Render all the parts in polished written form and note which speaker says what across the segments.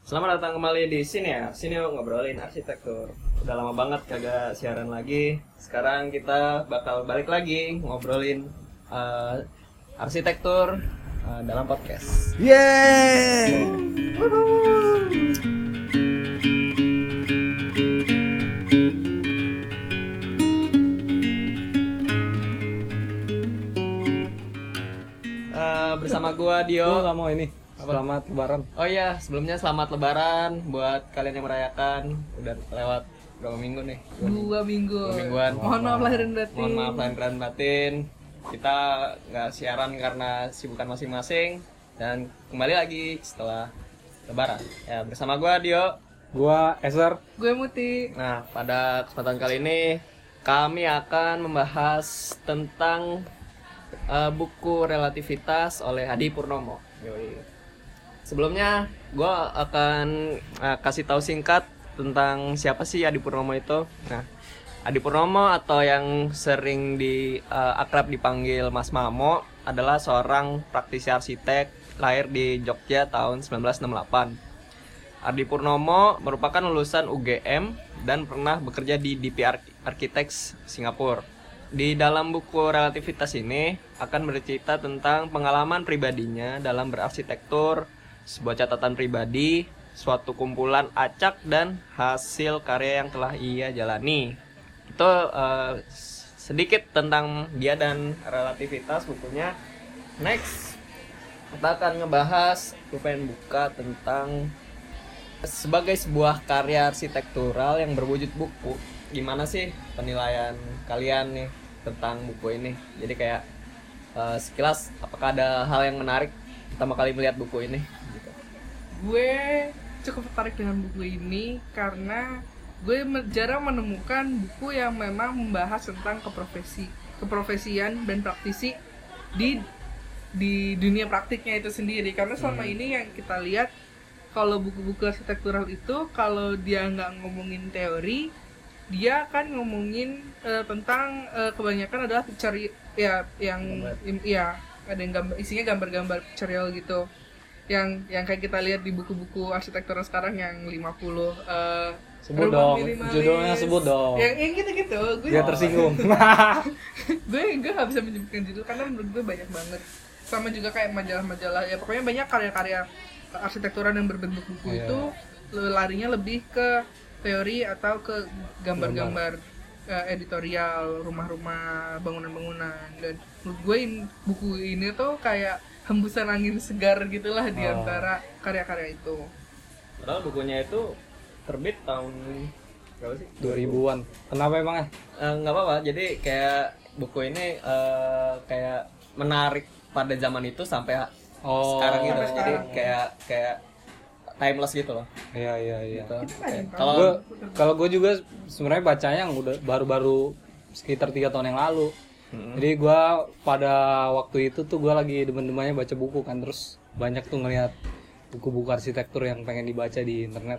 Speaker 1: Selamat datang kembali di sini ya. Sini ngobrolin arsitektur. Udah lama banget kagak siaran lagi. Sekarang kita bakal balik lagi ngobrolin arsitektur dalam podcast.
Speaker 2: Yeay!
Speaker 1: Bersama gua Dio.
Speaker 2: Gue gak mau ini. Selamat Lebaran.
Speaker 1: Oh iya, sebelumnya selamat Lebaran buat kalian yang merayakan. Udah lewat berapa minggu nih?
Speaker 3: 2 minggu.
Speaker 1: 2 mingguan.
Speaker 3: Mohon maaf lahir dan batin.
Speaker 1: Mohon maaf lahir dan batin. Kita nggak siaran karena sibukan masing-masing dan kembali lagi setelah Lebaran. Ya, bersama gua Dio.
Speaker 2: Gua Eser.
Speaker 3: Gue Muti.
Speaker 1: Nah, pada kesempatan kali ini kami akan membahas tentang buku Relativitas oleh Hadi Purnomo. Yoi. Sebelumnya, gue akan kasih tahu singkat tentang siapa sih Hadi Purnomo itu. Nah, Hadi Purnomo atau yang sering akrab dipanggil Mas Mamo adalah seorang praktisi arsitek lahir di Jogja tahun 1968. Hadi Purnomo merupakan lulusan UGM dan pernah bekerja di DP Architects Singapura. Di dalam buku Relativitas ini akan bercerita tentang pengalaman pribadinya dalam berarsitektur, sebuah catatan pribadi, suatu kumpulan acak dan hasil karya yang telah ia jalani. Itu sedikit tentang dia dan relativitas bukunya. Next, kita akan ngebahas, gue pengen buka tentang sebagai sebuah karya arsitektural yang berwujud buku. Gimana sih penilaian kalian nih tentang buku ini? Jadi kayak sekilas apakah ada hal yang menarik pertama kali melihat buku ini? Gitu.
Speaker 3: Gue cukup tertarik dengan buku ini karena gue jarang menemukan buku yang memang membahas tentang keprofesian dan praktisi di dunia praktiknya itu sendiri. Karena selama ini yang kita lihat kalau buku-buku arsitektural itu kalau dia nggak ngomongin teori, dia akan ngomongin tentang kebanyakan adalah picture ya yang ya ada yang gambar, isinya gambar-gambar pictorial gitu. Yang kayak kita lihat di buku-buku arsitektur sekarang yang 50
Speaker 2: Sebut dong, judulnya sebut dong.
Speaker 3: Yang gitu-gitu.
Speaker 2: Dia tersinggung.
Speaker 3: gue nggak bisa menyebutkan judul karena menurut gue banyak banget. Sama juga kayak majalah-majalah ya, pokoknya banyak karya-karya arsitekturan yang berbentuk buku itu larinya lebih ke teori atau ke gambar-gambar editorial rumah-rumah, bangunan-bangunan. Dan menurut gue buku ini tuh kayak hembusan angin segar gitulah di antara karya-karya itu.
Speaker 1: Padahal bukunya itu terbit tahun berapa sih?
Speaker 2: 2000-an. Kenapa emangnya?
Speaker 1: Nggak apa-apa. Jadi kayak buku ini kayak menarik pada zaman itu sampai sekarang gitu.
Speaker 3: Sampai
Speaker 1: Jadi
Speaker 3: sekarang.
Speaker 1: kayak timeless gitu loh.
Speaker 2: Iya.
Speaker 1: Gitu.
Speaker 2: Kalau gue juga sebenarnya bacanya yang udah baru-baru sekitar 3 tahun yang lalu. Jadi gue pada waktu itu tuh gue lagi demen-demennya baca buku kan, terus banyak tuh ngeliat buku-buku arsitektur yang pengen dibaca di internet.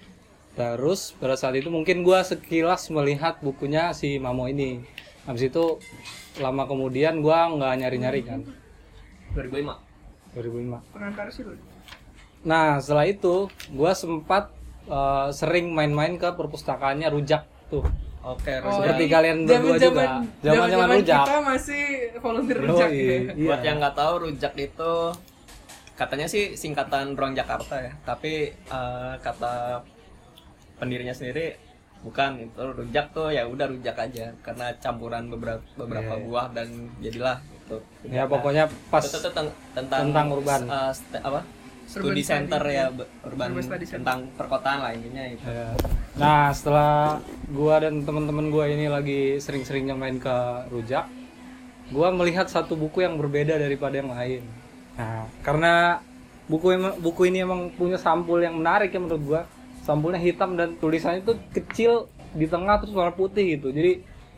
Speaker 2: Terus pada saat itu mungkin gue sekilas melihat bukunya si Mamo ini. Habis itu lama kemudian gue nggak nyari-nyari kan.
Speaker 1: 2005.
Speaker 3: Pengantar sih loh.
Speaker 2: Nah setelah itu gue sempat sering main-main ke perpustakaannya Rujak tuh.
Speaker 1: Oke,
Speaker 2: Seperti kalian berdua juga. Zaman-zaman Rujak.
Speaker 3: Kita masih volunteer Rujak ya.
Speaker 1: Buat yang nggak tahu, Rujak itu katanya sih singkatan Ruang Jakarta ya. Tapi kata pendirinya sendiri bukan, itu Rujak tuh ya udah Rujak aja karena campuran beberapa buah dan jadilah itu.
Speaker 2: Ya pokoknya pas
Speaker 1: itu
Speaker 2: tentang urban.
Speaker 1: Studi center ya urban
Speaker 3: Study Center.
Speaker 1: tentang perkotaan lah intinya itu.
Speaker 2: Ya. Nah setelah gua dan teman-teman gua ini lagi sering-seringnya main ke Rujak, gua melihat satu buku yang berbeda daripada yang lain. Nah karena buku ini emang punya sampul yang menarik ya menurut gua. Sampulnya hitam dan tulisannya itu kecil di tengah terus warna putih gitu. Jadi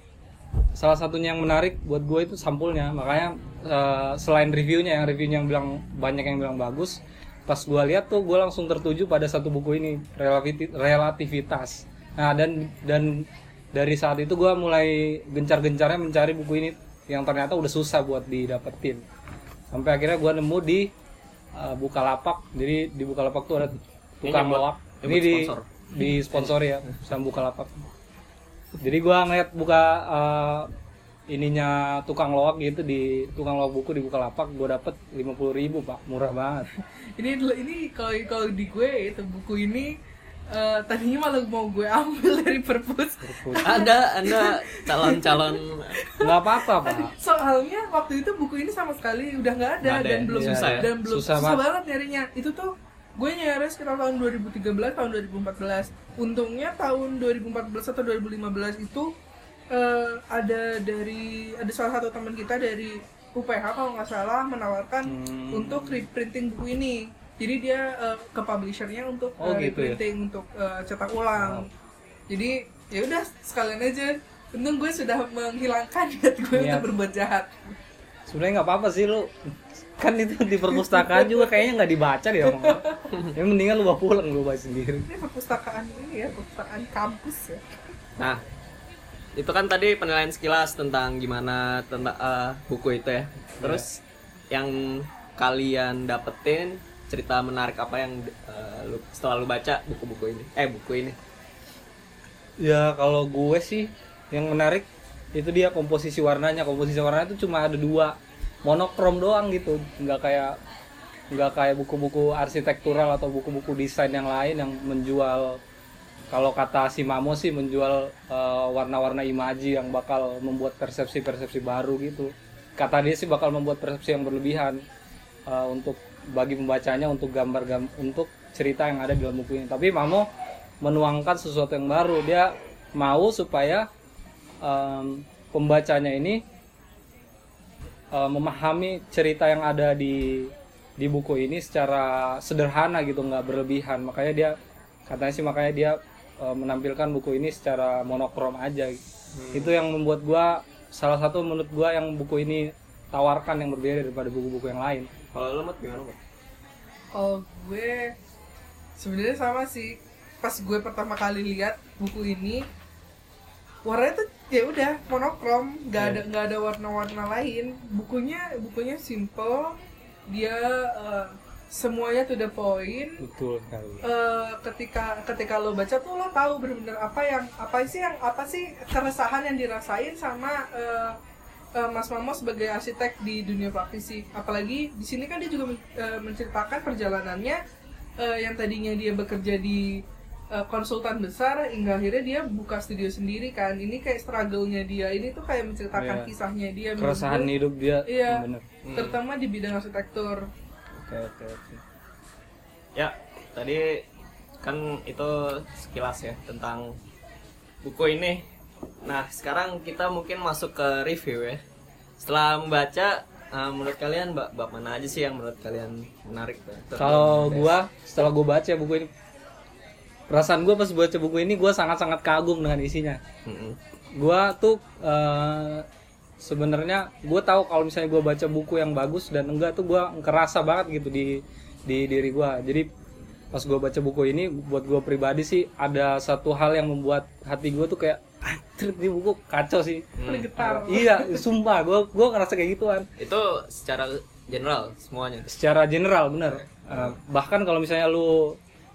Speaker 2: salah satunya yang menarik buat gua itu sampulnya. Makanya selain reviewnya yang bilang banyak yang bilang bagus, pas gue lihat tuh gue langsung tertuju pada satu buku ini, Relativitas. Nah dan dari saat itu gue mulai gencar-gencarnya mencari buku ini yang ternyata udah susah buat didapetin. Sampai akhirnya gue nemu di Bukalapak. Jadi di Bukalapak tuh ada tukang
Speaker 1: buat-
Speaker 2: loak.
Speaker 1: buat
Speaker 2: Ini
Speaker 1: sponsor.
Speaker 2: di sponsor ya sama Bukalapak. Jadi gua ngeliat buka ininya tukang loak gitu, di tukang loak buku di Bukalapak, gua dapet 50.000 Pak, murah banget.
Speaker 3: Ini kalau di gue itu buku ini tadinya malah mau gue ambil dari perpus.
Speaker 1: Anda calon-calon
Speaker 2: Nggak apa-apa Pak.
Speaker 3: Soalnya waktu itu buku ini sama sekali udah nggak ada,
Speaker 1: Nggak ada
Speaker 3: dan
Speaker 1: ya?
Speaker 3: belum
Speaker 1: Susah ya?
Speaker 3: dan belum
Speaker 2: Susah
Speaker 3: susah,
Speaker 2: banget.
Speaker 3: banget nyarinya. Itu tuh gue nyari sekitar tahun 2013 tahun 2014. Untungnya tahun 2014 atau 2015 itu ada salah satu teman kita dari UPH kalau nggak salah menawarkan untuk reprinting buku ini. Jadi dia ke publishernya untuk
Speaker 2: gitu ya?
Speaker 3: reprinting, untuk cetak ulang. Jadi ya udah sekalian aja. Untung gue sudah menghilangkan niat gue
Speaker 2: Niat.
Speaker 3: untuk berbuat jahat.
Speaker 2: Sebenarnya nggak apa-apa sih lu. Kan itu di perpustakaan juga kayaknya nggak dibaca deh Om. Ya mendingan lu bawa pulang lu baca sendiri.
Speaker 3: Ini perpustakaan ini ya, perpustakaan kampus ya.
Speaker 1: Nah, itu kan tadi penilaian sekilas tentang gimana tentang buku itu ya. Terus yang kalian dapetin cerita menarik apa yang setelah lu baca buku ini?
Speaker 2: Ya kalau gue sih yang menarik itu dia komposisi warnanya. Komposisi warnanya itu cuma ada 2, monokrom doang gitu. Nggak kayak buku-buku arsitektural atau buku-buku desain yang lain yang menjual, kalau kata si Mamo sih menjual warna-warna imaji yang bakal membuat persepsi-persepsi baru gitu. Kata dia sih bakal membuat persepsi yang berlebihan untuk bagi pembacanya, untuk untuk cerita yang ada di dalam buku ini. Tapi Mamo menuangkan sesuatu yang baru. Dia mau supaya pembacanya ini memahami cerita yang ada di buku ini secara sederhana gitu, nggak berlebihan. Makanya dia menampilkan buku ini secara monokrom aja. Itu yang membuat gua, salah satu menurut gua yang buku ini tawarkan yang berbeda daripada buku-buku yang lain.
Speaker 1: Kalau lu Mat, gimana Mat?
Speaker 3: Kalau gue sebenarnya sama sih. Pas gue pertama kali lihat buku ini, warnanya tuh ya udah monokrom, nggak ada warna-warna lain. Bukunya simple, dia semuanya to the point.
Speaker 2: Betul sekali.
Speaker 3: Ketika lo baca tuh lo tahu benar-benar apa sih keresahan yang dirasain sama Mas Mamo sebagai arsitek di dunia praktisi. Apalagi di sini kan dia juga menceritakan perjalanannya yang tadinya dia bekerja di konsultan besar hingga akhirnya dia buka studio sendiri kan. Ini kayak struggle-nya dia. Ini tuh kayak menceritakan kisahnya dia.
Speaker 2: Keresahan hidup dia.
Speaker 3: Iya.
Speaker 2: Bener.
Speaker 3: Terutama di bidang arsitektur.
Speaker 2: Oke.
Speaker 1: Ya, tadi kan itu sekilas ya tentang buku ini. Nah, sekarang kita mungkin masuk ke review ya. Setelah membaca, menurut kalian bab mana aja sih yang menurut kalian menarik?
Speaker 2: Kalau gua setelah gua baca buku ini, perasaan gua pas baca buku ini gua sangat-sangat kagum dengan isinya. Gua tuh sebenarnya gua tahu kalau misalnya gua baca buku yang bagus dan enggak tuh gua ngerasa banget gitu di diri gua. Jadi pas gua baca buku ini, buat gua pribadi sih ada satu hal yang membuat hati gua tuh kayak anjir, ini buku kacau sih.
Speaker 3: Bergetar.
Speaker 2: Iya, sumpah gua ngerasa kayak gituan.
Speaker 1: Itu secara general semuanya.
Speaker 2: Secara general bener. Bahkan kalau misalnya lu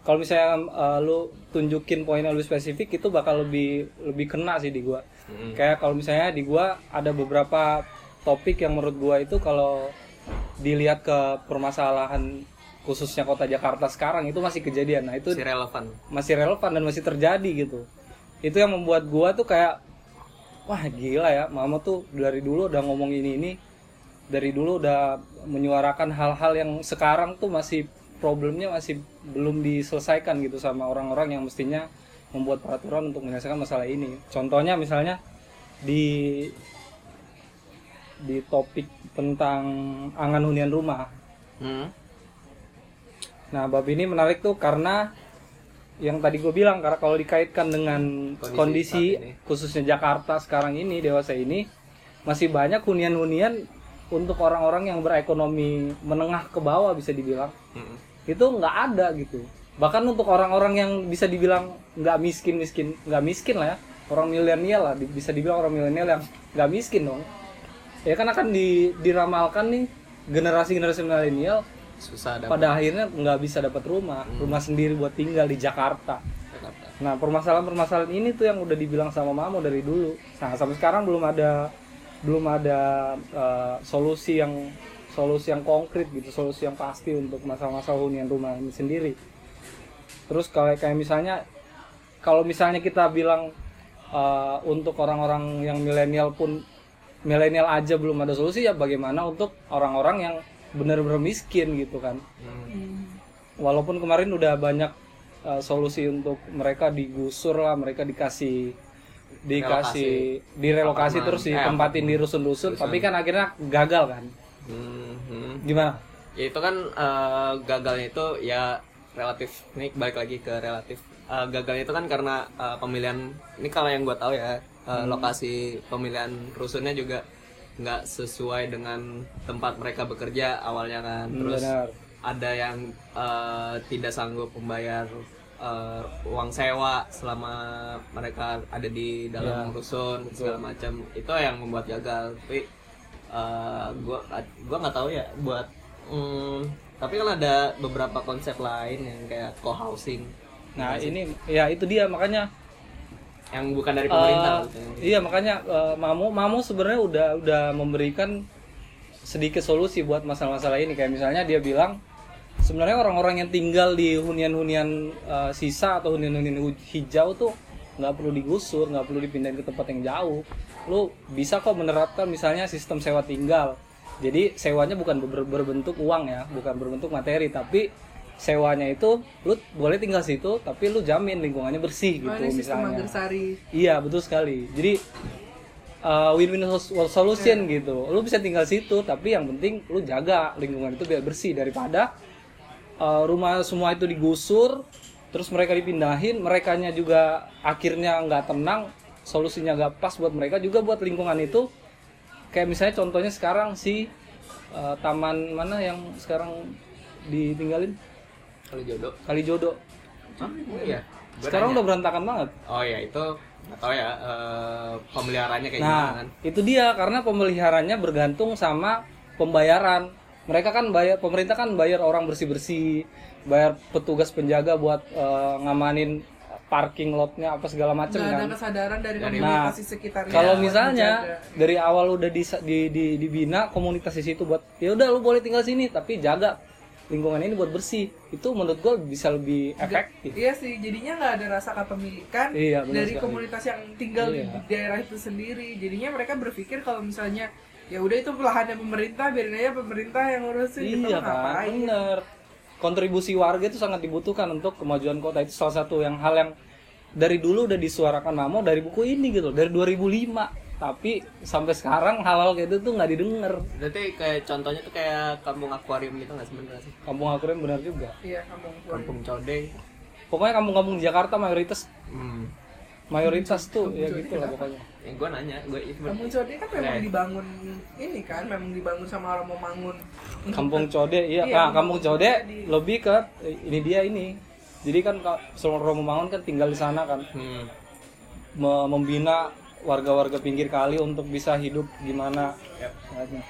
Speaker 2: tunjukin poin yang lebih spesifik, itu bakal lebih kena sih di gua. Kayak kalau misalnya di gua ada beberapa topik yang menurut gua itu kalau dilihat ke permasalahan khususnya kota Jakarta sekarang itu masih kejadian. Nah, itu masih relevan dan masih terjadi gitu. Itu yang membuat gua tuh kayak wah gila ya, Mama tuh dari dulu udah ngomong ini, dari dulu udah menyuarakan hal-hal yang sekarang tuh masih problemnya masih belum diselesaikan gitu sama orang-orang yang mestinya membuat peraturan untuk menyelesaikan masalah ini. Contohnya misalnya di topik tentang angan hunian rumah. Nah, bab ini menarik tuh karena yang tadi gue bilang, karena kalau dikaitkan dengan kondisi khususnya Jakarta sekarang ini, dewasa ini, masih banyak hunian-hunian untuk orang-orang yang berekonomi menengah ke bawah bisa dibilang. Itu nggak ada gitu. Bahkan untuk orang-orang yang bisa dibilang nggak miskin lah ya, orang milenial lah, bisa dibilang orang milenial yang nggak miskin dong. Ya kan akan diramalkan nih generasi milenial
Speaker 1: susah dapat
Speaker 2: pada akhirnya nggak bisa dapat rumah sendiri buat tinggal di Jakarta.
Speaker 1: Jakarta.
Speaker 2: Nah, permasalahan ini tuh yang udah dibilang sama Mamo dari dulu. Nah, sampai sekarang belum ada solusi yang konkret gitu, solusi yang pasti untuk masalah-masalah hunian rumah ini sendiri. Terus kayak misalnya kalau misalnya kita bilang untuk orang-orang yang milenial aja belum ada solusi, ya bagaimana untuk orang-orang yang benar-benar miskin gitu kan. Walaupun kemarin udah banyak solusi untuk mereka digusur lah, mereka dikasih direlokasi
Speaker 1: Apartemen.
Speaker 2: terus ditempatin di rusun-rusun, tapi kan akhirnya gagal kan. Gimana?
Speaker 1: Ya itu kan gagalnya itu ya relatif. Ini balik lagi ke relatif. Gagalnya itu kan karena pemilihan, ini kalau yang gue tahu ya, lokasi pemilihan rusunnya juga nggak sesuai dengan tempat mereka bekerja awalnya kan. Terus
Speaker 2: Benar.
Speaker 1: ada yang tidak sanggup membayar uang sewa selama mereka ada di dalam rusun segala macam. Itu yang membuat gagal. Tapi gua nggak tahu ya buat tapi kan ada beberapa konsep lain yang kayak co-housing.
Speaker 2: Nah, ini ya itu dia makanya
Speaker 1: Yang bukan dari pemerintah gitu.
Speaker 2: iya makanya Mamo sebenarnya udah memberikan sedikit solusi buat masalah-masalah ini. Kayak misalnya dia bilang sebenarnya orang-orang yang tinggal di hunian-hunian sisa atau hunian-hunian hijau tuh nggak perlu digusur, nggak perlu dipindahin ke tempat yang jauh. Lu bisa kok menerapkan misalnya sistem sewa tinggal. Jadi sewanya bukan berbentuk uang ya, bukan berbentuk materi, tapi sewanya itu lu boleh tinggal situ tapi lu jamin lingkungannya bersih gitu
Speaker 3: Ini sistem
Speaker 2: misalnya.
Speaker 3: Magersari.
Speaker 2: Iya, betul sekali. Jadi win-win solution gitu. Lu bisa tinggal situ tapi yang penting lu jaga lingkungan itu biar bersih, daripada rumah semua itu digusur terus mereka dipindahin, merekanya juga akhirnya nggak tenang, solusinya nggak pas buat mereka juga buat lingkungan itu. Kayak misalnya contohnya sekarang taman mana yang sekarang ditinggalin? Kalijodo.
Speaker 1: Hah? Iya. Gua
Speaker 2: Sekarang
Speaker 1: nanya.
Speaker 2: udah berantakan banget.
Speaker 1: Oh ya itu nggak tahu ya pemeliharaannya kayak
Speaker 2: Nah,
Speaker 1: gimana kan.
Speaker 2: itu dia karena pemeliharanya bergantung sama pembayaran. Mereka kan pemerintah kan bayar orang bersih-bersih, bayar petugas penjaga buat ngamanin parking lotnya apa segala macam
Speaker 3: Nggak
Speaker 2: kan.
Speaker 3: ada kesadaran dari
Speaker 1: Dari-
Speaker 3: komunitas di sekitarnya.
Speaker 2: Kalau
Speaker 3: buat
Speaker 2: misalnya
Speaker 3: menjaga.
Speaker 2: dari awal udah dibina komunitas di situ buat ya udah lu boleh tinggal sini tapi jaga lingkungan ini buat bersih, itu menurut gue bisa lebih efektif.
Speaker 3: Iya sih, jadinya nggak ada rasa kepemilikan
Speaker 2: Iya, benar
Speaker 3: dari
Speaker 2: sekali.
Speaker 3: komunitas yang tinggal di
Speaker 2: Iya.
Speaker 3: daerah itu sendiri. Jadinya mereka berpikir kalau misalnya ya udah itu lahannya pemerintah, biarin aja pemerintah yang ngurusin. Kita
Speaker 2: Iya
Speaker 3: mah
Speaker 2: kan,
Speaker 3: ngapain?
Speaker 2: bener. Kontribusi warga itu sangat dibutuhkan untuk kemajuan kota. Itu salah satu hal yang dari dulu udah disuarakan Mamo dari buku ini gitu, dari 2005. Tapi sampai sekarang hal-hal kayak itu tuh nggak didengar.
Speaker 1: Berarti kayak contohnya tuh kayak kampung akuarium gitu nggak sebenarnya sih?
Speaker 2: Kampung Akuarium benar juga.
Speaker 3: Iya, kampung
Speaker 1: Kampung Codey.
Speaker 2: Pokoknya kampung-kampung di Jakarta mayoritas tuh ya
Speaker 3: Codey
Speaker 2: gitu lah pokoknya.
Speaker 1: Yang gue nanya, gue itu
Speaker 3: Kampung Codey kan memang
Speaker 1: Nah.
Speaker 3: dibangun ini kan, memang dibangun sama orang mau bangun.
Speaker 2: Kampung Code, iya.
Speaker 3: Iya,
Speaker 2: Nah, Kampung Code
Speaker 3: di-
Speaker 2: lebih ke ini. Jadi kan Seloro Membangun kan tinggal di sana kan, membina warga-warga pinggir kali untuk bisa hidup gimana. Makanya.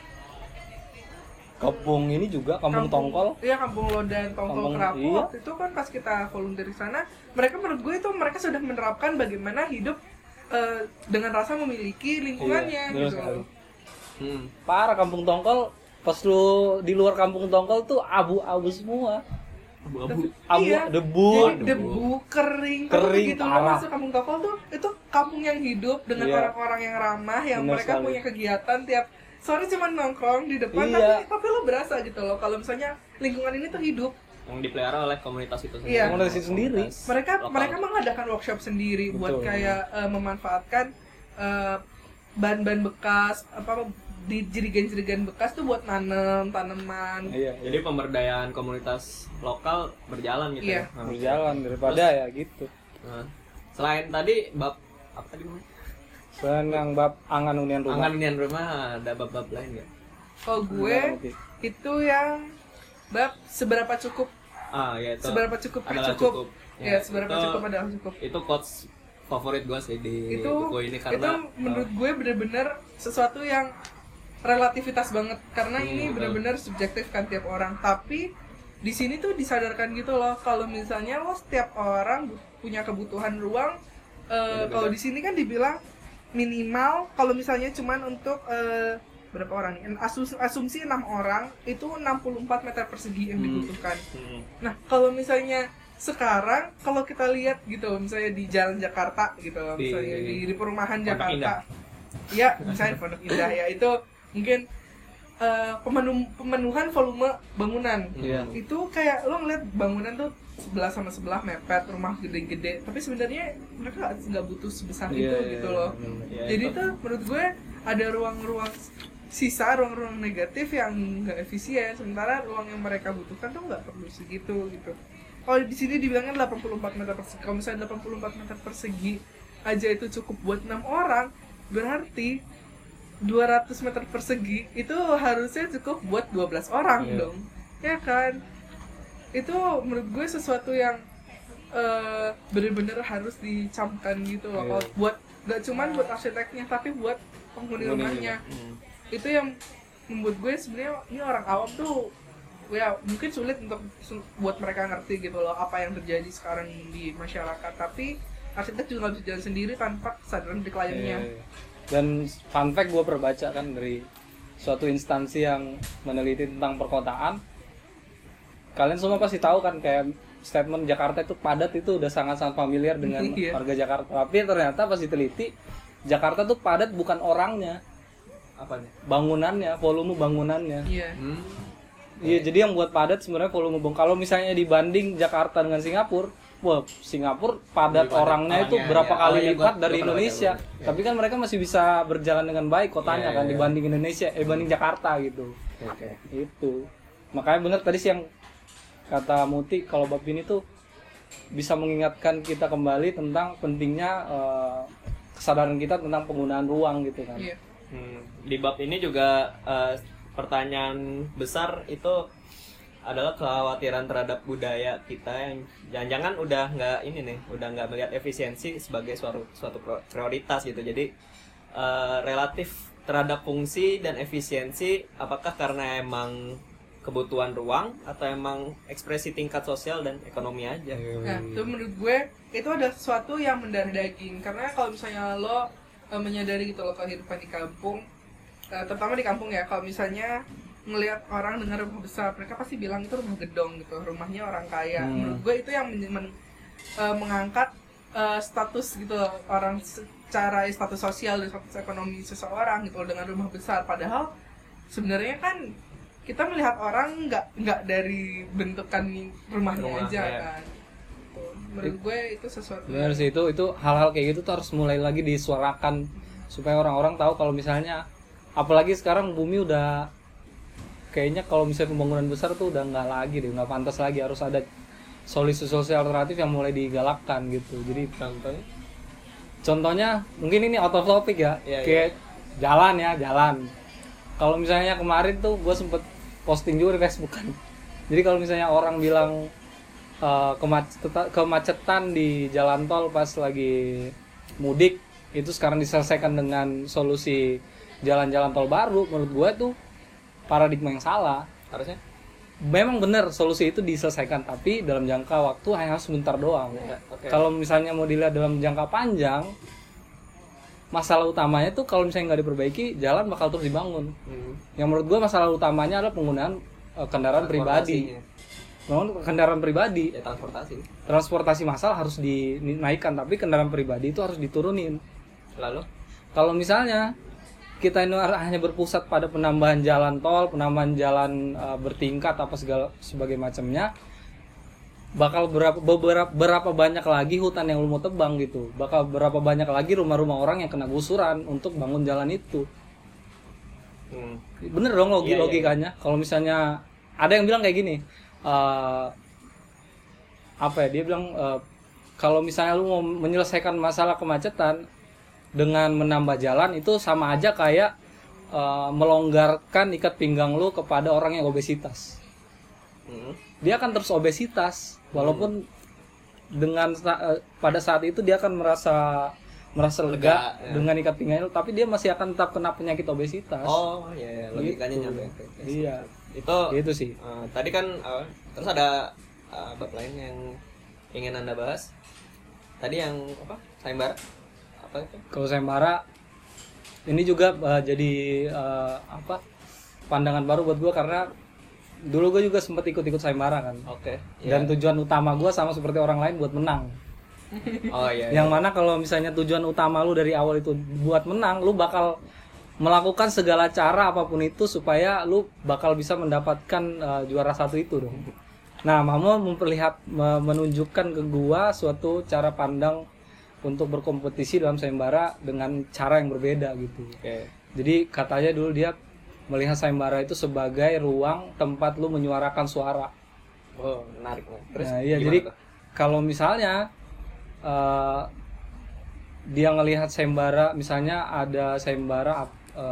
Speaker 2: Kampung ini juga Kampung Tongkol.
Speaker 3: Iya, Kampung Lodan, Tongkol
Speaker 2: Kampung-
Speaker 3: Kerapot. Itu kan pas kita volunteer di sana, mereka menurut gue itu mereka sudah menerapkan bagaimana hidup dengan rasa memiliki lingkungannya
Speaker 2: Iya, benar
Speaker 3: gitu.
Speaker 2: sekali. Parah Kampung Tongkol, pas lu di luar Kampung Tongkol tuh abu-abu semua.
Speaker 1: abu-abu.
Speaker 2: Abu,
Speaker 3: Iya.
Speaker 2: debu.
Speaker 3: Jadi debu kering gitu
Speaker 2: parah.
Speaker 3: masuk Kampung Tongkol tuh itu kampung yang hidup dengan
Speaker 2: Iya.
Speaker 3: orang-orang yang ramah, yang
Speaker 2: Benar
Speaker 3: mereka
Speaker 2: sekali.
Speaker 3: punya kegiatan tiap sore cuma nongkrong di depan,
Speaker 2: Iya.
Speaker 3: tapi lo berasa gitu loh kalau misalnya lingkungan ini tuh hidup.
Speaker 1: Yang dipelihara oleh komunitas itu sendiri.
Speaker 3: Iya.
Speaker 2: Komunitas itu sendiri.
Speaker 3: Mereka mengadakan workshop sendiri buat
Speaker 2: Betul.
Speaker 3: kayak memanfaatkan bahan-bahan bekas, di jerigen-jerigen bekas tuh buat nanem tanaman.
Speaker 2: Iya,
Speaker 1: Jadi pemberdayaan komunitas lokal berjalan gitu
Speaker 3: Iya.
Speaker 1: ya.
Speaker 2: berjalan daripada ya gitu.
Speaker 1: Nah, selain tadi bab apa tadi namanya?
Speaker 2: Selain yang bab angan hunian rumah.
Speaker 1: Angan hunian rumah ada bab-bab lain nggak?
Speaker 3: Kalau gue itu yang bab seberapa cukup
Speaker 1: Ya itu.
Speaker 3: seberapa cukup
Speaker 1: adalah
Speaker 3: cukup.
Speaker 1: Ya,
Speaker 3: Ya, seberapa
Speaker 1: itu-
Speaker 3: cukup adalah cukup.
Speaker 1: Itu quotes favorit gue sih di
Speaker 3: Itu
Speaker 1: buku ini karena
Speaker 3: menurut gue bener-bener sesuatu yang relativitas banget karena ini
Speaker 1: betul.
Speaker 3: bener-bener subjektif kan tiap orang, tapi di sini tuh disadarkan gitu loh kalau misalnya lo setiap orang punya kebutuhan ruang. Kalau di sini kan dibilang minimal kalau misalnya cuman untuk berapa orang nih? Asumsi 6 orang itu 64 meter persegi yang dibutuhkan. Nah, kalau misalnya sekarang kalau kita lihat gitu misalnya di jalan Jakarta gitu misalnya di perumahan Jakarta. Ya, misalnya Pondok Indah ya itu mungkin pemenuhan volume bangunan. Itu kayak lo ngeliat bangunan tuh sebelah sama sebelah mepet, rumah gede-gede, tapi sebenarnya mereka nggak butuh sebesar itu gitu loh. Jadi tuh menurut gue ada ruang-ruang sisa, ruang-ruang negatif yang nggak efisien, sementara ruang yang mereka butuhkan tuh nggak perlu segitu gitu. Kalau di sini dibilangnya 84 meter persegi, kalau misalnya 84 meter persegi aja itu cukup buat 6 orang, berarti 200 meter persegi itu harusnya cukup buat 12 orang dong, ya kan? Itu menurut gue sesuatu yang bener-bener harus dicamkan gitu loh. Kalau buat gak cuman buat arsiteknya tapi buat penghuni rumahnya. Itu yang membuat gue sebenarnya ini orang awam tuh ya mungkin sulit untuk buat mereka ngerti gitu loh apa yang terjadi sekarang di masyarakat, tapi arsitek juga nggak bisa jalan sendiri tanpa kesadaran dari kliennya.
Speaker 2: Dan fun fact gue pernah baca kan dari suatu instansi yang meneliti tentang perkotaan. Kalian semua pasti tahu kan kayak statement Jakarta itu padat itu udah sangat-sangat familiar dengan warga Jakarta. Tapi ternyata pas diteliti Jakarta tuh padat bukan orangnya.
Speaker 1: Apanya?
Speaker 2: Bangunannya, volume bangunannya.
Speaker 3: Iya,
Speaker 2: jadi yang buat padat sebenarnya volume kalau misalnya dibanding Jakarta dengan Singapura, wah Singapura padat orangnya itu berapa kali lipat dari Indonesia. Tapi kan mereka masih bisa berjalan dengan baik kotanya kan dibanding Indonesia, dibanding Jakarta gitu. Itu. Makanya benar tadi sih yang kata Muti kalau bab ini tuh bisa mengingatkan kita kembali tentang pentingnya kesadaran kita tentang penggunaan ruang gitu kan.
Speaker 1: Di bab ini juga pertanyaan besar itu adalah kekhawatiran terhadap budaya kita yang jangan-jangan udah nggak melihat efisiensi sebagai suatu prioritas gitu. Jadi relatif terhadap fungsi dan efisiensi, apakah karena emang kebutuhan ruang atau emang ekspresi tingkat sosial dan ekonomi aja.
Speaker 3: Nah, itu menurut gue itu ada sesuatu yang mendarah daging, karena kalau misalnya lo menyadari gitu lo kehidupan di kampung, terutama di kampung ya, kalau misalnya ngelihat orang dengan rumah besar, mereka pasti bilang itu rumah gedong gitu, rumahnya orang kaya. Menurut gue itu yang mengangkat status gitu orang secara status sosial dan status ekonomi seseorang gitu dengan rumah besar. Padahal sebenarnya kan kita melihat orang nggak dari bentukan rumahnya aja kan. Menurut gue itu sesuatu.
Speaker 2: Benar sih, itu hal-hal kayak gitu tuh harus mulai lagi disuarakan supaya orang-orang tahu kalau misalnya apalagi sekarang bumi udah kayaknya kalau misalnya pembangunan besar tuh udah nggak pantas lagi, harus ada solusi alternatif yang mulai digalakkan gitu. Jadi contohnya mungkin ini out of topic ya, kayak jalan. Kalau misalnya kemarin tuh gue sempet posting juga di Facebook kan. Jadi kalau misalnya orang bilang kemacetan di jalan tol pas lagi mudik itu sekarang diselesaikan dengan solusi jalan-jalan tol baru, menurut gue tuh paradigma yang salah.
Speaker 1: Harusnya
Speaker 2: memang benar solusi itu diselesaikan, tapi dalam jangka waktu hanya sebentar doang. Kalau misalnya mau dilihat dalam jangka panjang, masalah utamanya tuh kalau misalnya nggak diperbaiki, jalan bakal terus dibangun. Yang menurut gue masalah utamanya adalah penggunaan kendaraan pribadi. Bangun kendaraan pribadi, transportasi massal harus dinaikkan, tapi kendaraan pribadi itu harus diturunin.
Speaker 1: Lalu
Speaker 2: kalau misalnya kita ini hanya berpusat pada penambahan jalan tol, penambahan jalan bertingkat apa segala sebagai macamnya, bakal berapa banyak lagi hutan yang lu mau tebang gitu, bakal berapa banyak lagi rumah-rumah orang yang kena gusuran untuk bangun jalan itu. Bener dong logikanya. Kalau misalnya ada yang bilang kayak gini, dia bilang kalau misalnya lu mau menyelesaikan masalah kemacetan dengan menambah jalan itu sama aja kayak melonggarkan ikat pinggang lu kepada orang yang obesitas. Dia akan terus obesitas walaupun dengan pada saat itu dia akan merasa lega dengan ikat pinggangnya, tapi dia masih akan tetap kena penyakit obesitas.
Speaker 1: Logikanya nyampe.
Speaker 2: Iya.
Speaker 1: Itu
Speaker 2: sih.
Speaker 1: tadi kan terus ada bab lain yang ingin Anda bahas. Tadi yang apa? Sayembara. Apa itu?
Speaker 2: Kalau sayembara ini juga jadi pandangan baru buat gue, karena dulu gue juga sempat ikut-ikut sayembara kan.
Speaker 1: Oke.
Speaker 2: Dan tujuan utama gue sama seperti orang lain buat menang.
Speaker 1: Oh iya.
Speaker 2: Yang mana kalau misalnya tujuan utama lu dari awal itu buat menang, lu bakal melakukan segala cara apapun itu supaya lu bakal bisa mendapatkan juara satu itu dong. Nah, Mamo menunjukkan ke gua suatu cara pandang untuk berkompetisi dalam sayembara dengan cara yang berbeda gitu.
Speaker 1: Oke.
Speaker 2: Jadi katanya dulu dia melihat sayembara itu sebagai ruang tempat lu menyuarakan suara.
Speaker 1: Oh, menarik. Terus
Speaker 2: Nah, iya,
Speaker 1: gimana
Speaker 2: jadi
Speaker 1: tuh?
Speaker 2: kalau misalnya dia ngelihat sayembara, misalnya ada sayembara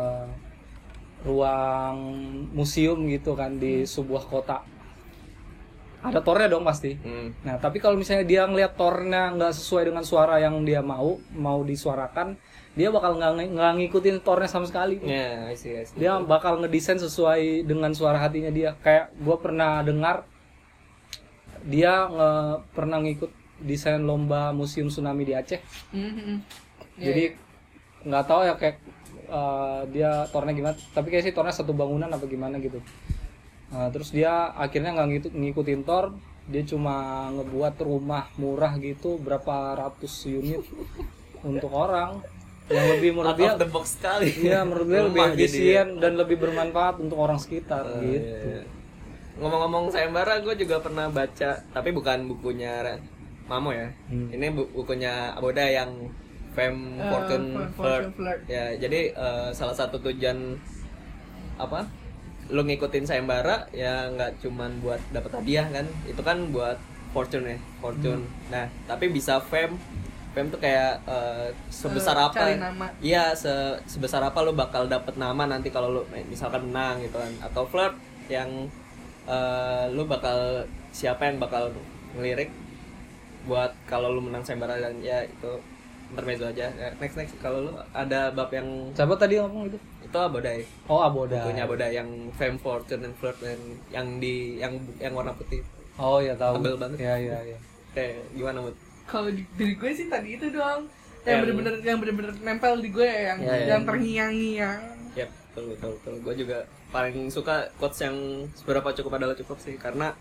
Speaker 2: ruang museum gitu kan di sebuah kota, ada tornya dong pasti. Nah, tapi kalau misalnya dia ngelihat tornya nggak sesuai dengan suara yang dia mau disuarakan, dia bakal nggak ngikutin tornya sama sekali.
Speaker 1: Ya, I see.
Speaker 2: Dia bakal ngedesain sesuai dengan suara hatinya dia. Kayak gue pernah dengar dia pernah ngikut desain lomba museum tsunami di Aceh. Jadi nggak tahu ya kayak dia tornya gimana, tapi kayak sih tornya satu bangunan apa gimana gitu. Terus dia akhirnya nggak ngikutin tor, dia cuma ngebuat rumah murah gitu berapa ratus unit untuk orang yang lebih menurut dia
Speaker 1: out of the box sekali.
Speaker 2: Iya, menurut dia lebih
Speaker 1: Rumah jadi
Speaker 2: efisien dan lebih bermanfaat untuk orang sekitar gitu.
Speaker 1: Iya. Ngomong-ngomong sayembara, gue juga pernah baca, tapi bukan bukunya Mamo ya. Ini bukunya Aboda yang Fame Fortune Flirt. Ya, jadi salah satu tujuan apa? Lu ngikutin sayembara ya nggak cuman buat dapat hadiah kan, itu kan buat fortune. Nah, tapi bisa fame tuh kayak sebesar apa?
Speaker 3: Cari nama.
Speaker 1: Iya, sebesar apa lu bakal dapat nama nanti kalau lu misalkan menang gitu kan. Atau flirt yang lu bakal siapa yang bakal ngelirik buat kalau lu menang sayembara, dan ya itu intermezzo aja. Next kalau lu ada bab yang
Speaker 2: Siapa tadi ngomong itu?
Speaker 1: itu Abodai.
Speaker 2: Oh, Aboda.
Speaker 1: Bukunya Aboda yang Fame, Fortune, and Flirt, dan yang warna putih.
Speaker 2: Oh ya, tahu.
Speaker 1: Tebel banget.
Speaker 2: Iya.
Speaker 1: Kayak gimana, Mut?
Speaker 3: Kalau dari gue sih tadi itu doang yang bener-bener nempel di gue, yang
Speaker 1: Ya.
Speaker 3: yang terngiang-ngiang.
Speaker 1: Yap, betul. Gue juga paling suka quotes yang seberapa cukup adalah cukup sih, karena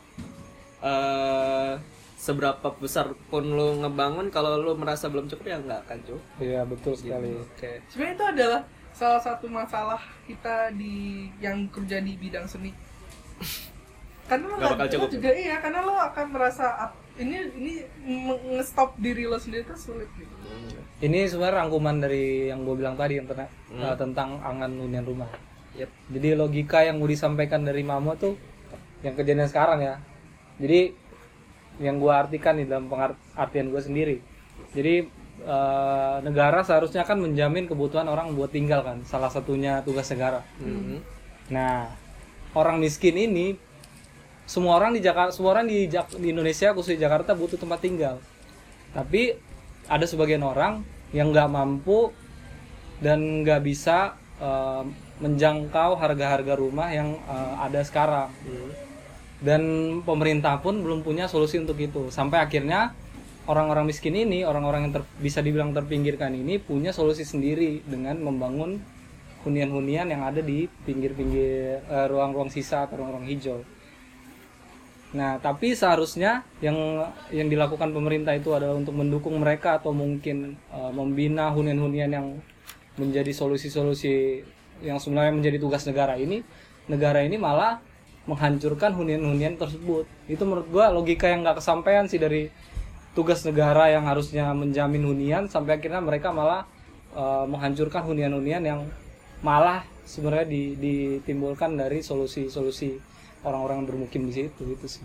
Speaker 1: seberapa besar pun lu ngebangun, kalau lu merasa belum cukup ya nggak akan cukup.
Speaker 2: Iya, betul sekali.
Speaker 1: Oke.
Speaker 3: Sebenarnya itu adalah salah satu masalah kita yang kerja di bidang seni. Karena lo
Speaker 1: Nggak bakal cukup.
Speaker 3: juga karena lo akan merasa ini nge-stop diri lo sendiri tuh sulit gitu.
Speaker 2: Ini sebenarnya rangkuman dari yang gue bilang tadi yang tentang angan hunian rumah.
Speaker 1: Yep.
Speaker 2: Jadi logika yang mau disampaikan dari Mamo tuh yang kejadian sekarang ya. Jadi yang gue artikan di dalam artian gue sendiri. Jadi negara seharusnya kan menjamin kebutuhan orang buat tinggal kan. Salah satunya tugas negara. Nah, orang miskin ini semua orang di Indonesia, khusus di Jakarta, butuh tempat tinggal. Tapi ada sebagian orang yang nggak mampu dan nggak bisa menjangkau harga-harga rumah yang ada sekarang. Dan pemerintah pun belum punya solusi untuk itu. Sampai akhirnya orang-orang miskin ini, orang-orang yang bisa dibilang terpinggirkan ini punya solusi sendiri dengan membangun hunian-hunian yang ada di pinggir-pinggir ruang-ruang sisa atau ruang-ruang hijau. Nah, tapi seharusnya yang dilakukan pemerintah itu adalah untuk mendukung mereka atau mungkin membina hunian-hunian yang menjadi solusi-solusi yang sebenarnya menjadi tugas negara ini. Negara ini malah menghancurkan hunian-hunian tersebut. Itu menurut gua logika yang nggak kesampaian sih dari tugas negara yang harusnya menjamin hunian, sampai akhirnya mereka malah menghancurkan hunian-hunian yang malah sebenarnya ditimbulkan dari solusi-solusi orang-orang yang bermukim di situ.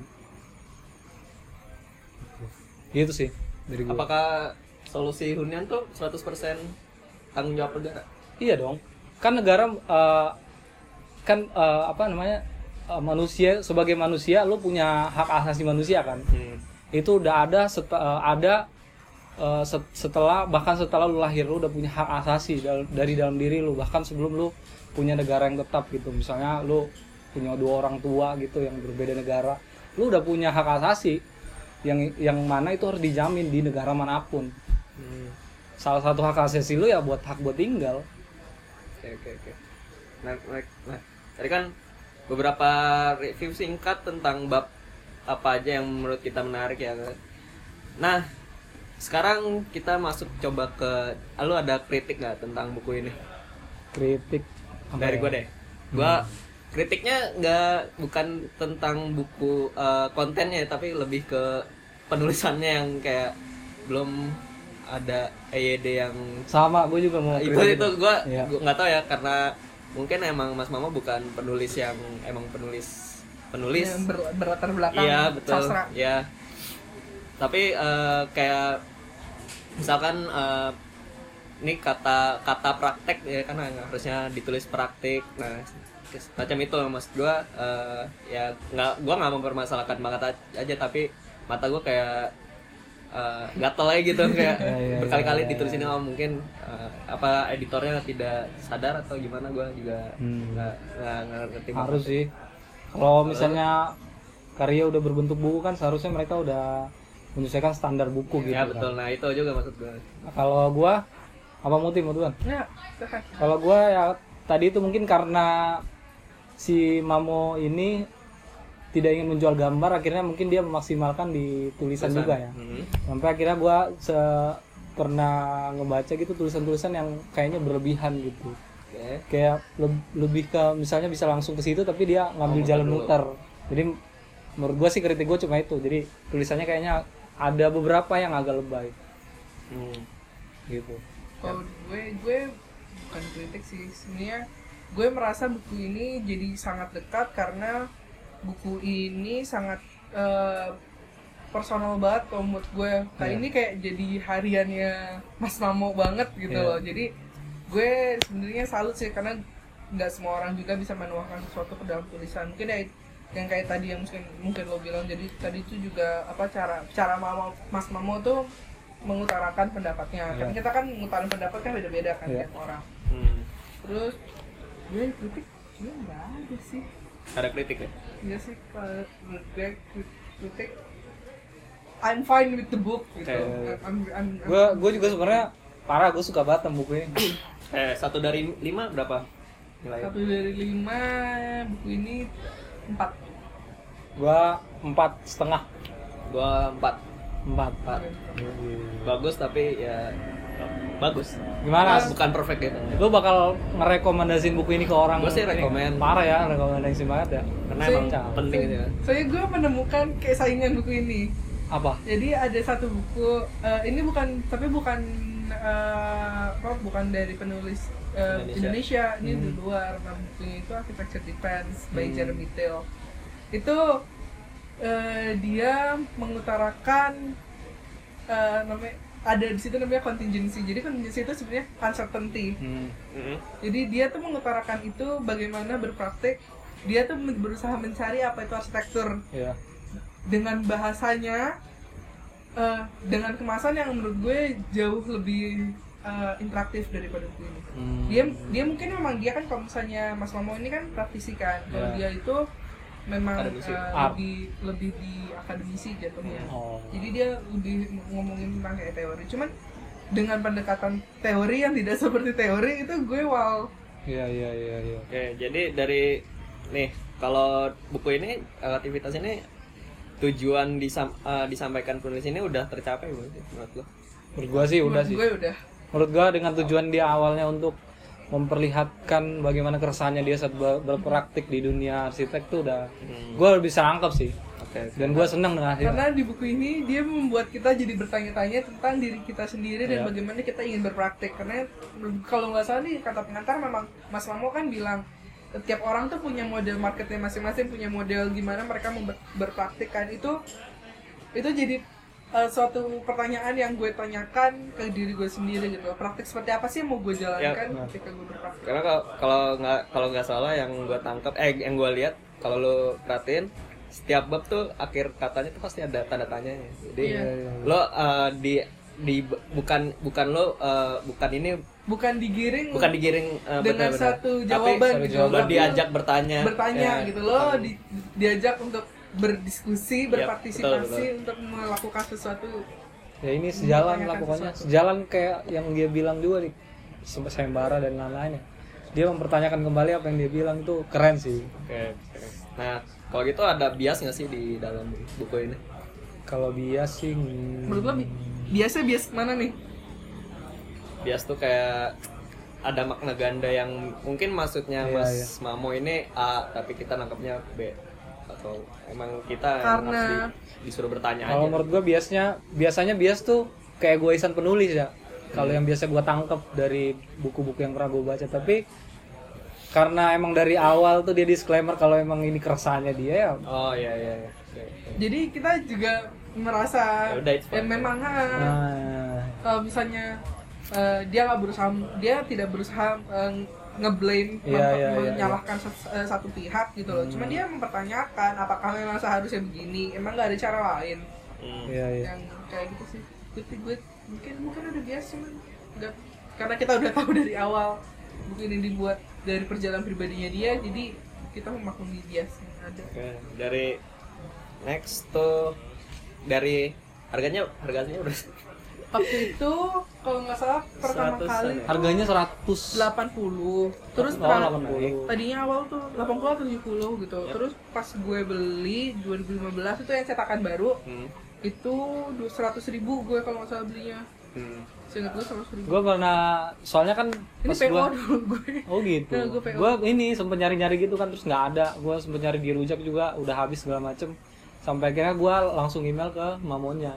Speaker 2: Itu sih dari gua.
Speaker 1: Apakah solusi hunian tuh 100% tanggung jawab negara?
Speaker 2: Iya dong. Kan negara manusia, sebagai manusia lu punya hak asasi manusia kan. Itu udah ada bahkan setelah lu lahir lu udah punya hak asasi dari dalam diri lu, bahkan sebelum lu punya negara yang tetap gitu. Misalnya lu punya dua orang tua gitu yang berbeda negara, lu udah punya hak asasi yang mana itu harus dijamin di negara manapun. Salah satu hak asasi lu ya buat hak buat tinggal.
Speaker 1: Oke. Nah, tadi kan beberapa review singkat tentang bab apa aja yang menurut kita menarik ya. Nah, sekarang kita masuk coba ke, lu ada kritik nggak tentang buku ini?
Speaker 2: Kritik
Speaker 1: Dari gue deh. Gue kritiknya bukan tentang buku kontennya, tapi lebih ke penulisannya yang kayak belum ada EYD yang
Speaker 2: sama. Gue juga mau
Speaker 1: itu gue nggak tahu ya, karena mungkin emang Mas Mamo bukan penulis yang emang penulis
Speaker 3: yang berlatar belakang
Speaker 1: iya betul
Speaker 3: sastra.
Speaker 1: Ya, tapi kayak misalkan ini kata praktek ya kan harusnya ditulis praktik. Nah, macam itu mas gue ya gue nggak mempermasalahkan mata aja, tapi mata gue kayak gatel aja gitu kayak berkali-kali ditulisin. Mungkin apa editornya tidak sadar atau gimana, gue juga nggak ngerti.
Speaker 2: Harus sih, kalau misalnya karya udah berbentuk buku kan seharusnya mereka udah menyesuaikan standar buku gitu
Speaker 1: ya betul
Speaker 2: kan.
Speaker 1: Nah itu juga maksud gue.
Speaker 2: Kalau gue apa motifan?
Speaker 3: Ya,
Speaker 2: kalau gue ya tadi itu mungkin karena si Mamo ini tidak ingin menjual gambar, akhirnya mungkin dia memaksimalkan di tulisan juga ya. Sampai akhirnya gue pernah ngebaca gitu tulisan-tulisan yang kayaknya berlebihan gitu. Kayak lebih ke misalnya bisa langsung ke situ tapi dia ngambil jalan muter. Jadi menurut gue sih kritik gue cuma itu. Jadi tulisannya kayaknya ada beberapa yang agak lebay. Gitu.
Speaker 3: Kalau gue bukan kritik sih, sebenarnya gue merasa buku ini jadi sangat dekat karena buku ini sangat personal banget kalau menurut gue. Ini kayak jadi hariannya Mas Mamo banget gitu loh. Jadi gue sebenarnya salut sih karena nggak semua orang juga bisa menuangkan sesuatu ke dalam tulisan. Mungkin ya yang kayak tadi yang mungkin lo bilang, jadi tadi itu juga apa cara Mas Mamo tuh mengutarakan pendapatnya. Kan kita kan mengutarakan pendapat kan beda-beda kan tiap orang. Terus gue kritik nggak ada sih.
Speaker 1: Ada kritik ya?
Speaker 3: Iya sih, kalau menurut gue kritik I'm fine with the book gitu.
Speaker 2: Gue juga sebenarnya parah, gue suka banget sama buku ini.
Speaker 1: 1 dari 5 berapa nilainya?
Speaker 3: 1 dari 5 buku ini 4.
Speaker 2: Gue 4,5.
Speaker 1: Gue 4. Bagus tapi ya bagus.
Speaker 2: Gimana?
Speaker 1: Bukan perfect gitu.
Speaker 2: Lu bakal ngerekomendasiin buku ini ke orang?
Speaker 1: Gue sih rekomen.
Speaker 2: Parah ya, rekomendasi banget ya.
Speaker 1: Karena emang penting gitu ya.
Speaker 3: Soalnya gue menemukan kayak saingan buku ini.
Speaker 2: Apa?
Speaker 3: Jadi ada satu buku, ini bukan dari penulis Indonesia. Ini di luar. Nah, bukunya itu Architecture Defense by Jeremy Thiel. Itu dia mengutarakan namanya ada di situ namanya contingency. Jadi contingency itu sebenarnya uncertainty. Jadi dia tuh mengutarakan itu bagaimana berpraktik. Dia tuh berusaha mencari apa itu arsitektur. Dengan bahasanya, dengan kemasan yang menurut gue jauh lebih interaktif daripada buku ini. Dia mungkin memang dia kan kalau misalnya Mas Mamo ini kan praktisi kan. Kalau dia itu memang lebih di akademisi jatuhnya. Jadi dia lebih ngomongin tentang kayak teori. Cuman dengan pendekatan teori yang tidak seperti teori itu gue wow.
Speaker 2: Iya.
Speaker 1: Oke, jadi dari nih kalau buku ini aktivitas ini tujuan disampaikan penulis ini udah tercapai belum sih menurut lo?
Speaker 2: Menurut gue sih udah sih. Menurut gue dengan tujuan dia awalnya untuk memperlihatkan bagaimana keresahannya dia saat berpraktik di dunia arsitek tuh udah gue bisa nangkep sih. Dan gue senang dengan hasilnya.
Speaker 3: Karena di buku ini dia membuat kita jadi bertanya-tanya tentang diri kita sendiri dan bagaimana kita ingin berpraktik. Karena kalau nggak salah nih kata pengantar memang Mas Mamo kan bilang setiap orang tuh punya model marketnya masing-masing, punya model gimana mereka mau berpraktik kan. Itu jadi suatu pertanyaan yang gue tanyakan ke diri gue sendiri gitu. Praktik seperti apa sih yang mau gue jalankan ketika gue berpraktik? Karena
Speaker 1: kalau nggak salah yang gue tangkap yang gue lihat, kalau lo perhatiin setiap bab tuh akhir katanya tuh pasti ada tanda tanyanya. Jadi lo bukan ini
Speaker 3: bukan digiring dengan
Speaker 1: benar-benar.
Speaker 3: satu
Speaker 1: Tapi
Speaker 3: jawaban
Speaker 2: satu
Speaker 3: gitu,
Speaker 2: jawaban.
Speaker 3: tapi
Speaker 1: diajak bertanya
Speaker 3: gitu loh, diajak untuk berdiskusi,
Speaker 1: Yap,
Speaker 3: berpartisipasi
Speaker 1: betul.
Speaker 3: untuk melakukan sesuatu.
Speaker 2: Ya ini sejalan lah
Speaker 3: Mempertanyakan
Speaker 2: pokoknya.
Speaker 3: sesuatu.
Speaker 2: Sejalan kayak yang dia bilang juga nih, sayembara dan lain-lainnya. Dia mempertanyakan kembali apa yang dia bilang, itu keren sih.
Speaker 1: Oke. Nah, kalau gitu ada bias nggak sih di dalam buku ini?
Speaker 2: Kalau bias sih
Speaker 3: Menurut lo bias mana nih?
Speaker 1: Bias tuh kayak ada makna ganda yang mungkin maksudnya
Speaker 2: Iya,
Speaker 1: Mas
Speaker 2: iya.
Speaker 1: Mamo ini A tapi kita nangkapnya B, atau emang kita yang
Speaker 3: Karena-
Speaker 1: harus disuruh bertanya
Speaker 2: kalau
Speaker 1: aja.
Speaker 2: menurut gua biasanya bias tuh kayak egoisan penulis ya. Kalau yang biasa gua tangkep dari buku-buku yang pernah gua baca, tapi karena emang dari awal tuh dia disclaimer kalau emang ini keresahannya dia ya.
Speaker 1: Oh iya. Oke.
Speaker 3: Jadi kita juga merasa
Speaker 1: Ya udah, it's fine.
Speaker 3: memang
Speaker 2: Nah,
Speaker 3: kalau misalnya dia tidak berusaha ngeblame,
Speaker 2: Iya,
Speaker 3: menyalahkan satu pihak gitu loh. Cuma dia mempertanyakan apakah memang seharusnya begini, emang nggak ada cara lain
Speaker 2: iya.
Speaker 3: yang kayak gitu sih. Gue mungkin ada bias, cuman nggak, karena kita udah tahu dari awal buku ini dibuat dari perjalanan pribadinya dia, jadi kita memaklumi bias yang ada.
Speaker 1: Oke, dari next tuh dari harganya udah
Speaker 3: Waktu itu kalau nggak salah pertama
Speaker 1: 100-an
Speaker 3: kali
Speaker 1: ya?
Speaker 3: tuh
Speaker 2: harganya 100.
Speaker 3: 80. Terus
Speaker 2: Oh, 80.
Speaker 3: tadinya awal tuh 80 atau 70 gitu.
Speaker 1: Yap.
Speaker 3: Terus pas gue beli 2015 itu yang cetakan baru, itu 200.000 gue kalau nggak salah belinya. Seingat gue 100.000.
Speaker 2: Gue pernah, soalnya kan
Speaker 3: Ini
Speaker 2: pas
Speaker 3: PO
Speaker 2: gua
Speaker 3: dulu gue.
Speaker 2: oh gitu.
Speaker 3: Nah, gua PO.
Speaker 2: Gue ini sempet nyari-nyari gitu kan, terus nggak ada. Gue sempet nyari di Rujak juga, udah habis segala macem. Sampai akhirnya gue langsung email ke mamonya,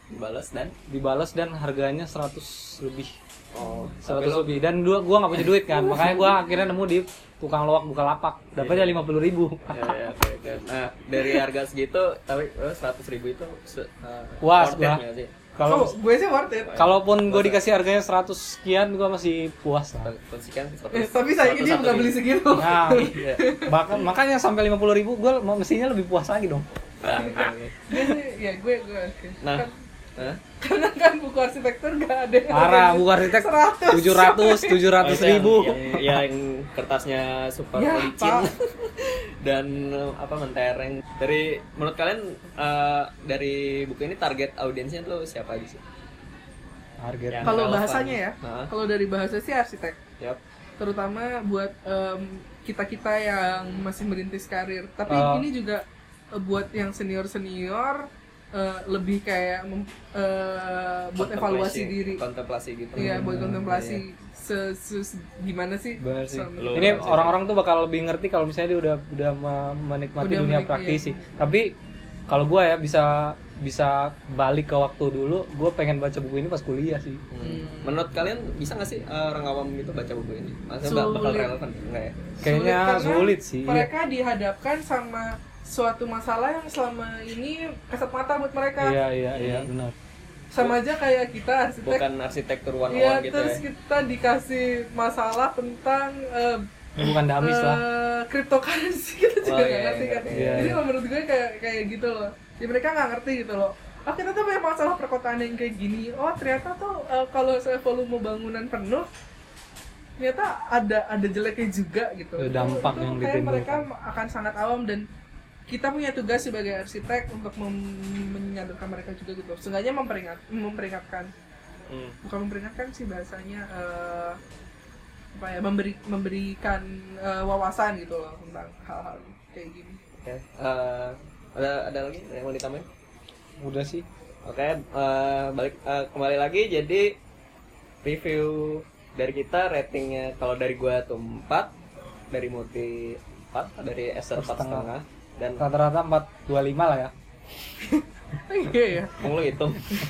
Speaker 2: dibalas dan harganya 100 lebih.
Speaker 1: Oh,
Speaker 2: 100 lebih. Dan gua nggak punya duit kan, makanya gue akhirnya nemu di tukang loak Bukalapak, dapatnya 50.000.
Speaker 1: ya, oke. Nah, dari harga segitu tapi 100.000 itu
Speaker 2: Puas
Speaker 1: worth it
Speaker 2: gua.
Speaker 1: nggak sih?
Speaker 2: Kalau
Speaker 3: Gue sih worth it.
Speaker 2: kalaupun gue dikasih harganya 100 sekian, gue masih puas lah.
Speaker 1: Konsikan
Speaker 3: Tapi sayangnya dia nggak beli segitu.
Speaker 2: Nah,
Speaker 1: Iya.
Speaker 2: makanya sampai 50.000 gue mestinya lebih puas lagi dong.
Speaker 3: Gue sih, ya gue oke.
Speaker 1: Nah,
Speaker 3: Karena kan buku arsitektur nggak ada yang
Speaker 2: Parah,
Speaker 3: harganya
Speaker 2: buku arsitek
Speaker 3: 100.
Speaker 2: 700.000.
Speaker 1: yang kertasnya super
Speaker 3: Ya,
Speaker 1: licin
Speaker 3: Pak.
Speaker 1: dan mentereng. Menurut kalian dari buku ini target audiensnya tuh siapa aja sih?
Speaker 2: Harga.
Speaker 1: Yang
Speaker 3: Kalau
Speaker 1: relevan.
Speaker 3: bahasanya ya,
Speaker 1: Nah,
Speaker 3: kalau dari bahasa sih arsitek.
Speaker 1: yap.
Speaker 3: Terutama buat kita-kita yang masih merintis karir. Tapi
Speaker 2: Oh.
Speaker 3: ini juga buat yang senior-senior, lebih kayak buat evaluasi diri.
Speaker 1: Kontemplasi gitu.
Speaker 3: Iya, buat kontemplasi gimana sih?
Speaker 2: Benar sih.
Speaker 1: Lu-
Speaker 2: Ini orang-orang tuh bakal lebih ngerti kalau misalnya dia udah menikmati
Speaker 3: Udah
Speaker 2: dunia
Speaker 3: menik-
Speaker 2: praktisi.
Speaker 3: iya.
Speaker 2: Tapi kalau gue ya bisa balik ke waktu dulu, gue pengen baca buku ini pas kuliah sih.
Speaker 1: Menurut kalian bisa nggak sih orang awam gitu baca buku ini? Maksudnya bakal
Speaker 3: Sulit.
Speaker 1: relevan enggak ya?
Speaker 2: Kayaknya
Speaker 3: karena
Speaker 2: sulit sih. Iya.
Speaker 3: Mereka dihadapkan sama suatu masalah yang selama ini kasat mata buat mereka.
Speaker 2: Iya, benar.
Speaker 3: Sama aja kayak kita arsitek.
Speaker 1: Bukan arsitektur one
Speaker 3: Iya,
Speaker 1: gitu
Speaker 3: terus
Speaker 1: ya.
Speaker 3: kita dikasih masalah tentang
Speaker 2: Bukan damis lah.
Speaker 3: cryptocurrency, kita juga
Speaker 1: Oh,
Speaker 3: nggak
Speaker 1: iya,
Speaker 3: ngerti kan.
Speaker 2: iya,
Speaker 3: Jadi
Speaker 2: iya.
Speaker 3: menurut gue kayak gitu loh. Ya mereka nggak ngerti gitu loh. Oh, kita tuh punya masalah perkotaan yang kayak gini. Oh, ternyata tuh kalau saya volume bangunan penuh, ternyata ada jeleknya juga gitu.
Speaker 2: Ada dampak
Speaker 3: Itu
Speaker 2: yang
Speaker 3: kayak
Speaker 2: ditimbulkan.
Speaker 3: mereka akan sangat awam, dan kita punya tugas sebagai arsitek untuk menyadarkan mereka juga gitu. Seenggaknya memperingatkan. Bukan memperingatkan sih bahasanya, apa ya, memberikan wawasan gitu loh tentang hal-hal kayak gini.
Speaker 1: Oke. Ada lagi yang mau ditambahin?
Speaker 2: Udah sih.
Speaker 1: Oke, kembali lagi. Jadi review dari kita, ratingnya kalau dari gua tuh 4, dari Muti 4, dari Esther 4,5, dan
Speaker 2: Rata-rata 425 lah ya.
Speaker 3: Iya ya.
Speaker 1: lu hitung.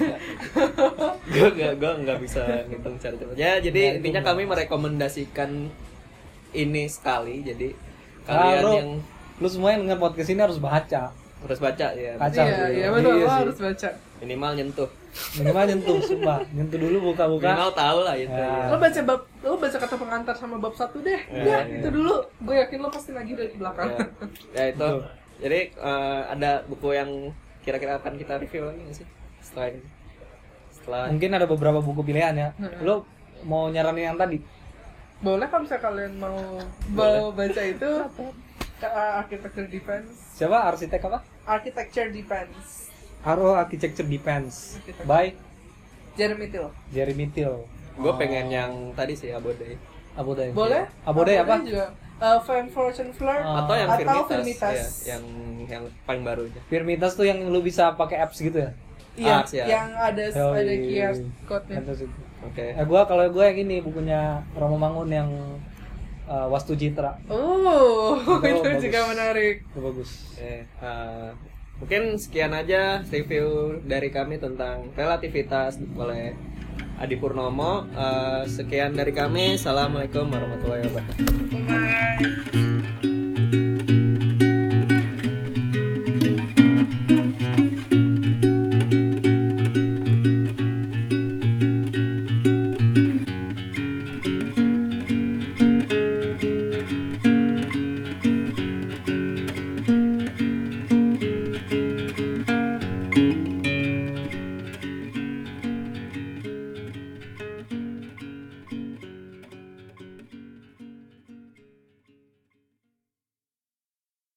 Speaker 1: Gue nggak bisa ngitung cara cepat. Ya, jadi intinya kami merekomendasikan ini sekali. Jadi kalian
Speaker 2: Bro,
Speaker 1: yang
Speaker 2: lu semua yang denger podcast ini harus baca.
Speaker 1: harus baca ya.
Speaker 2: Kacau.
Speaker 3: Iya betul,
Speaker 2: Iya
Speaker 3: lo
Speaker 2: sih.
Speaker 3: harus baca.
Speaker 1: Minimal nyentuh.
Speaker 2: Minimal nyentuh, sumpah. Nyentuh dulu buka-buka.
Speaker 1: Minimal tahu lah itu.
Speaker 2: Ya.
Speaker 1: Ya.
Speaker 3: Lo baca kata pengantar sama bab 1 deh.
Speaker 1: Iya, iya.
Speaker 3: Itu dulu. Gue yakin lo pasti lagi dari belakang.
Speaker 1: Ya itu.
Speaker 2: Betul.
Speaker 1: Jadi ada buku yang kira-kira akan kita review lagi nggak sih setelah ini? Setelah
Speaker 2: Mungkin ada beberapa buku pilihan ya. Lu mau nyaranin yang tadi?
Speaker 3: Boleh kalau misalnya kalian mau baca itu Architecture Defense.
Speaker 2: Siapa? Arsitek apa?
Speaker 3: Architecture Defense.
Speaker 2: Architecture Defense by
Speaker 3: Jeremy Till.
Speaker 2: Jeremy Till.
Speaker 1: Gue pengen yang tadi sih Abodai.
Speaker 2: Abodai.
Speaker 3: Boleh?
Speaker 2: Abodai apa?
Speaker 3: Juga. Van Fortune Flirt
Speaker 1: Atau yang
Speaker 3: atau
Speaker 1: Firmitas. Ya, yang paling barunya.
Speaker 2: Firmitas tuh yang lu bisa pakai apps gitu ya?
Speaker 3: Iya,
Speaker 1: Ars, ya.
Speaker 3: yang ada
Speaker 2: Oh,
Speaker 3: ada
Speaker 2: iya.
Speaker 3: QR code-nya.
Speaker 1: Oke.
Speaker 2: Kalau gue yang ini bukunya Romo Mangun yang Wastu Citra.
Speaker 3: Oh, itu
Speaker 2: bagus.
Speaker 3: juga menarik.
Speaker 2: Itu bagus.
Speaker 1: Mungkin sekian aja review dari kami tentang relativitas oleh Adi Purnomo. Sekian dari kami. Assalamualaikum warahmatullahi wabarakatuh.
Speaker 3: Bye.